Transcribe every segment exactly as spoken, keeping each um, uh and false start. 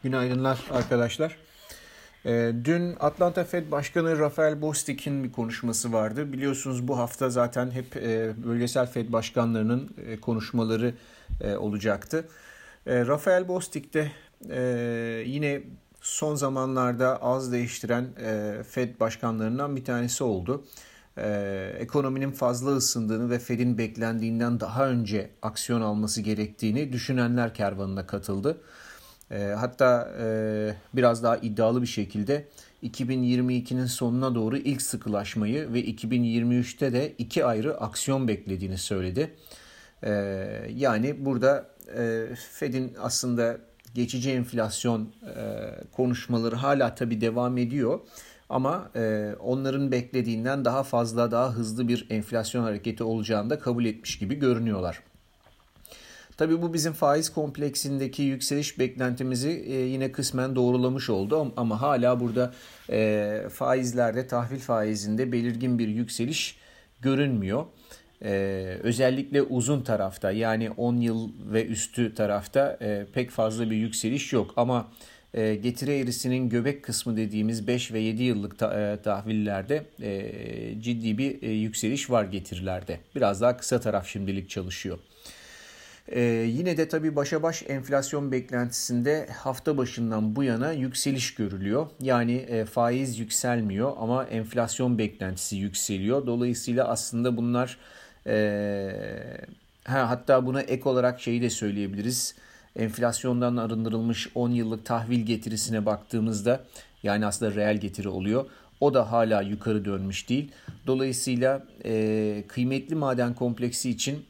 Günaydınlar arkadaşlar. Ee, dün Atlanta Fed Başkanı Raphael Bostic'in bir konuşması vardı. Biliyorsunuz bu hafta zaten hep e, bölgesel Fed başkanlarının e, konuşmaları e, olacaktı. E, Raphael Bostic de e, yine son zamanlarda az değiştiren e, Fed başkanlarından bir tanesi oldu. Ee, ekonominin fazla ısındığını ve Fed'in beklendiğinden daha önce aksiyon alması gerektiğini düşünenler kervanına katıldı. E, hatta e, biraz daha iddialı bir şekilde iki bin yirmi ikinin sonuna doğru ilk sıkılaşmayı ve iki bin yirmi üçte de iki ayrı aksiyon beklediğini söyledi. E, yani burada e, Fed'in aslında geçici enflasyon e, konuşmaları hala tabii devam ediyor. Ama e, onların beklediğinden daha fazla, daha hızlı bir enflasyon hareketi olacağını da kabul etmiş gibi görünüyorlar. Tabii bu bizim faiz kompleksindeki yükseliş beklentimizi e, yine kısmen doğrulamış oldu. Ama hala burada e, faizlerde, tahvil faizinde belirgin bir yükseliş görünmüyor. E, özellikle uzun tarafta, yani on yıl ve üstü tarafta e, pek fazla bir yükseliş yok. Ama e, getiri eğrisinin göbek kısmı dediğimiz beş ve yedi yıllık ta, e, tahvillerde e, ciddi bir e, yükseliş var getirilerde. Biraz daha kısa taraf şimdilik çalışıyor. Ee, yine de tabii başa baş enflasyon beklentisinde hafta başından bu yana yükseliş görülüyor. Yani e, faiz yükselmiyor ama enflasyon beklentisi yükseliyor. Dolayısıyla aslında bunlar e, ha, hatta buna ek olarak şeyi de söyleyebiliriz. Enflasyondan arındırılmış on yıllık tahvil getirisine baktığımızda, yani aslında reel getiri oluyor. O da hala yukarı dönmüş değil. Dolayısıyla e, kıymetli maden kompleksi için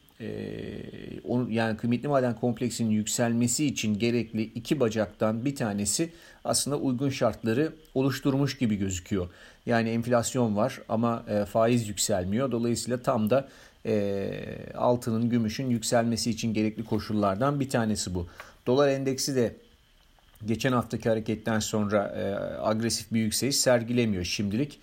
yani kıymetli maden kompleksinin yükselmesi için gerekli iki bacaktan bir tanesi aslında uygun şartları oluşturmuş gibi gözüküyor. Yani enflasyon var ama faiz yükselmiyor. Dolayısıyla tam da altının, gümüşün yükselmesi için gerekli koşullardan bir tanesi bu. Dolar endeksi de geçen haftaki hareketten sonra agresif bir yükseliş sergilemiyor şimdilik.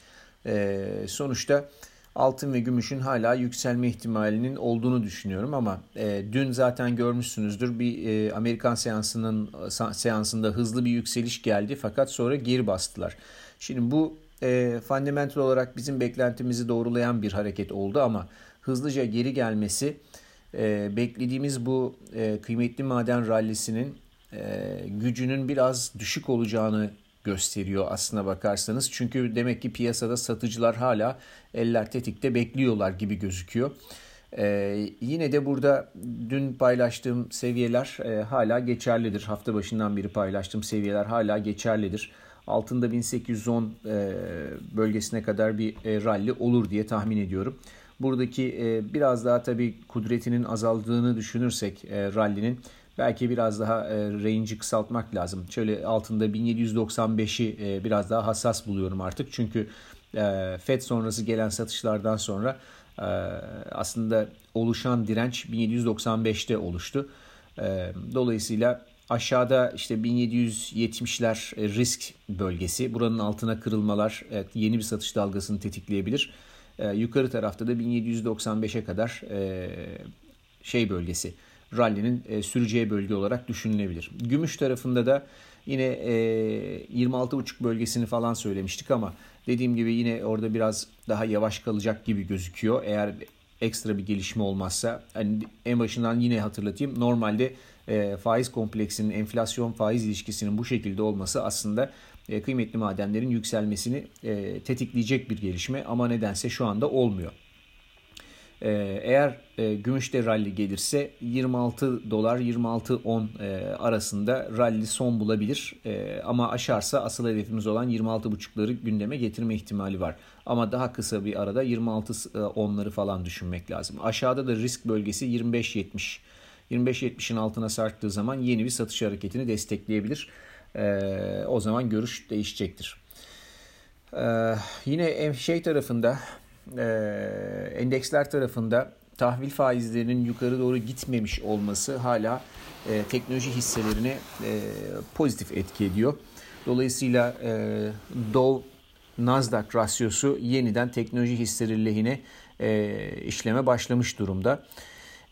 Sonuçta altın ve gümüşün hala yükselme ihtimalinin olduğunu düşünüyorum ama e, dün zaten görmüşsünüzdür, bir e, Amerikan seansının seansında hızlı bir yükseliş geldi fakat sonra geri bastılar. Şimdi bu e, fundamental olarak bizim beklentimizi doğrulayan bir hareket oldu ama hızlıca geri gelmesi e, beklediğimiz bu e, kıymetli maden rallisinin e, gücünün biraz düşük olacağını gösteriyor aslına bakarsanız. Çünkü demek ki piyasada satıcılar hala eller tetikte bekliyorlar gibi gözüküyor. Ee, yine de burada dün paylaştığım seviyeler e, hala geçerlidir. Hafta başından beri paylaştığım seviyeler hala geçerlidir. Altında bin sekiz yüz on e, bölgesine kadar bir e, rally olur diye tahmin ediyorum. Buradaki e, biraz daha tabii kudretinin azaldığını düşünürsek e, rally'nin belki biraz daha e, range'i kısaltmak lazım. Şöyle altında bin yedi yüz doksan beşi e, biraz daha hassas buluyorum artık. Çünkü e, Fed sonrası gelen satışlardan sonra e, aslında oluşan direnç bin yedi yüz doksan beşte oluştu. E, dolayısıyla aşağıda işte bin yedi yüz yetmişler e, risk bölgesi. Buranın altına kırılmalar evet, yeni bir satış dalgasını tetikleyebilir. E, yukarı tarafta da bin yedi yüz doksan beşe kadar e, şey bölgesi. Rally'nin e, süreceği bölge olarak düşünülebilir. Gümüş tarafında da yine e, yirmi altı buçuk bölgesini falan söylemiştik ama dediğim gibi yine orada biraz daha yavaş kalacak gibi gözüküyor. Eğer ekstra bir gelişme olmazsa, hani en başından yine hatırlatayım. Normalde e, faiz kompleksinin enflasyon faiz ilişkisinin bu şekilde olması aslında e, kıymetli madenlerin yükselmesini e, tetikleyecek bir gelişme ama nedense şu anda olmuyor. Eğer e, gümüşte rally gelirse yirmi altı dolar yirmi altı on e, arasında rally son bulabilir. E, ama aşarsa asıl hedefimiz olan yirmi altı buçukları gündeme getirme ihtimali var. Ama daha kısa bir arada yirmi altı onları falan düşünmek lazım. Aşağıda da risk bölgesi yirmi beş yetmiş. yirmi beş yetmişin altına sarktığı zaman yeni bir satış hareketini destekleyebilir. E, o zaman görüş değişecektir. E, yine şey tarafında Ee, endeksler tarafında tahvil faizlerinin yukarı doğru gitmemiş olması hala e, teknoloji hisselerine e, pozitif etki ediyor. Dolayısıyla e, Dow Nasdaq rasyosu yeniden teknoloji hisseleri lehine e, işleme başlamış durumda.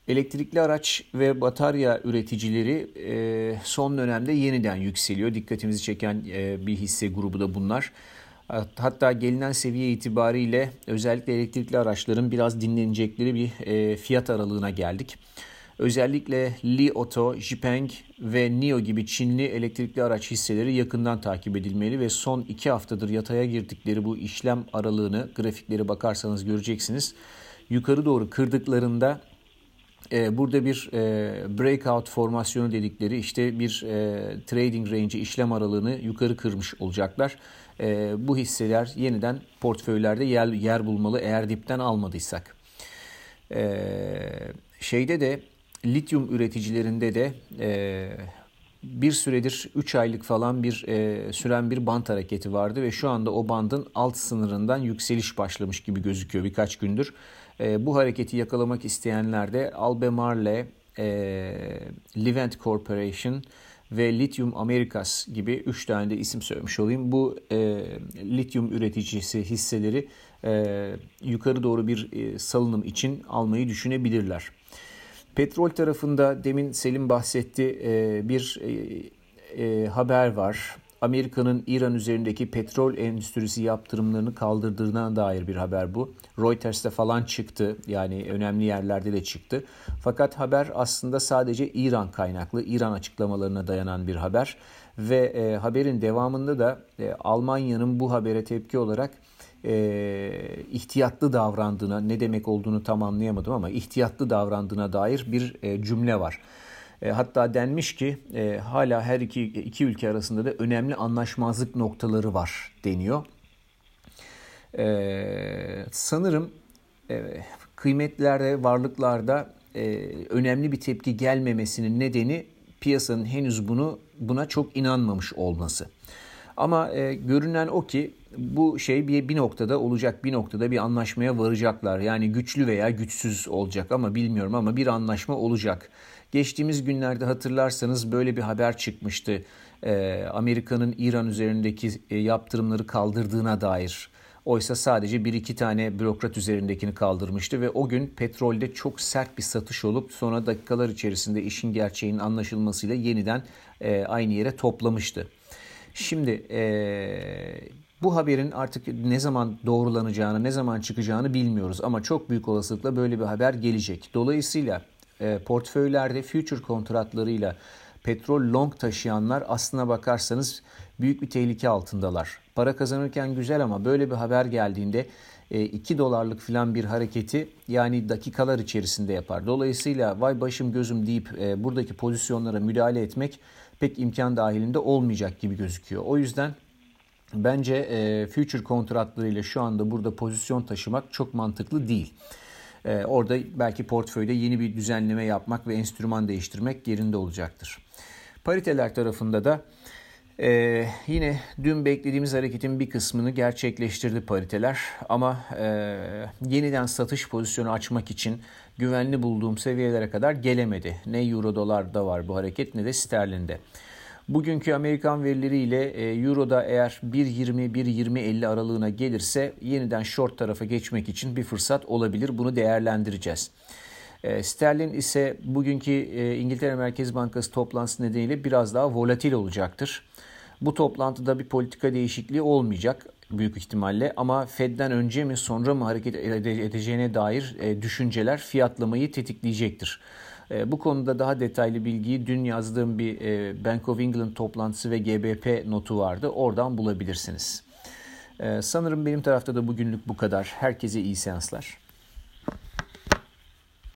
Elektrikli araç ve batarya üreticileri e, son dönemde yeniden yükseliyor. Dikkatimizi çeken e, bir hisse grubu da bunlar. Hatta gelinen seviye itibariyle özellikle elektrikli araçların biraz dinlenecekleri bir e, fiyat aralığına geldik. Özellikle Li Auto, Xpeng ve N I O gibi Çinli elektrikli araç hisseleri yakından takip edilmeli ve son iki haftadır yataya girdikleri bu işlem aralığını grafiklere bakarsanız göreceksiniz. Yukarı doğru kırdıklarında e, burada bir e, breakout formasyonu dedikleri işte bir e, trading range işlem aralığını yukarı kırmış olacaklar. E, bu hisseler yeniden portföylerde yer, yer bulmalı eğer dipten almadıysak. E, şeyde de lityum üreticilerinde de e, bir süredir üç aylık falan bir e, süren bir bant hareketi vardı ve şu anda o bandın alt sınırından yükseliş başlamış gibi gözüküyor birkaç gündür. E, bu hareketi yakalamak isteyenler de Albemarle, e, Livent Corporation ve Lithium Americas gibi üç tane de isim söylemiş olayım. Bu e, lityum üreticisi hisseleri e, yukarı doğru bir e, salınım için almayı düşünebilirler. Petrol tarafında demin Selim bahsetti, bir haber var. Amerika'nın İran üzerindeki petrol endüstrisi yaptırımlarını kaldırdığına dair bir haber bu. Reuters'te falan çıktı, yani önemli yerlerde de çıktı. Fakat haber aslında sadece İran kaynaklı, İran açıklamalarına dayanan bir haber. Ve haberin devamında da Almanya'nın bu habere tepki olarak E, ihtiyatlı davrandığına, ne demek olduğunu tam anlayamadım ama ihtiyatlı davrandığına dair bir e, cümle var. E, hatta denmiş ki e, hala her iki, iki ülke arasında da önemli anlaşmazlık noktaları var deniyor. E, sanırım e, kıymetlerde, varlıklarda e, önemli bir tepki gelmemesinin nedeni piyasanın henüz bunu buna çok inanmamış olması. Ama e, görünen o ki bu şey bir, bir noktada olacak, bir noktada bir anlaşmaya varacaklar. Yani güçlü veya güçsüz olacak ama bilmiyorum ama bir anlaşma olacak. Geçtiğimiz günlerde hatırlarsanız böyle bir haber çıkmıştı. E, Amerika'nın İran üzerindeki e, yaptırımları kaldırdığına dair. Oysa sadece bir iki tane bürokrat üzerindekini kaldırmıştı ve o gün petrolde çok sert bir satış olup sonra dakikalar içerisinde işin gerçeğinin anlaşılmasıyla yeniden e, aynı yere toplamıştı. Şimdi e, bu haberin artık ne zaman doğrulanacağını, ne zaman çıkacağını bilmiyoruz. Ama çok büyük olasılıkla böyle bir haber gelecek. Dolayısıyla e, portföylerde future kontratlarıyla petrol long taşıyanlar aslına bakarsanız büyük bir tehlike altındalar. Para kazanırken güzel ama böyle bir haber geldiğinde e, iki dolarlık falan bir hareketi yani dakikalar içerisinde yapar. Dolayısıyla vay başım gözüm deyip e, buradaki pozisyonlara müdahale etmek pek imkan dahilinde olmayacak gibi gözüküyor. O yüzden bence e, future kontratlarıyla şu anda burada pozisyon taşımak çok mantıklı değil. E, orada belki portföyde yeni bir düzenleme yapmak ve enstrüman değiştirmek yerinde olacaktır. Pariteler tarafında da e, yine dün beklediğimiz hareketin bir kısmını gerçekleştirdi pariteler. Ama e, yeniden satış pozisyonu açmak için güvenli bulduğum seviyelere kadar gelemedi. Ne euro dolarda var bu hareket ne de sterlinde. Bugünkü Amerikan verileriyle Euro'da eğer bir yirmi bir yirmi elli aralığına gelirse yeniden short tarafa geçmek için bir fırsat olabilir. Bunu değerlendireceğiz. Sterlin ise bugünkü İngiltere Merkez Bankası toplantısı nedeniyle biraz daha volatil olacaktır. Bu toplantıda bir politika değişikliği olmayacak büyük ihtimalle ama Fed'den önce mi sonra mı hareket edeceğine dair düşünceler fiyatlamayı tetikleyecektir. Bu konuda daha detaylı bilgiyi dün yazdığım bir Bank of England toplantısı ve G B P notu vardı. Oradan bulabilirsiniz. Sanırım benim tarafta da bugünlük bu kadar. Herkese iyi seanslar.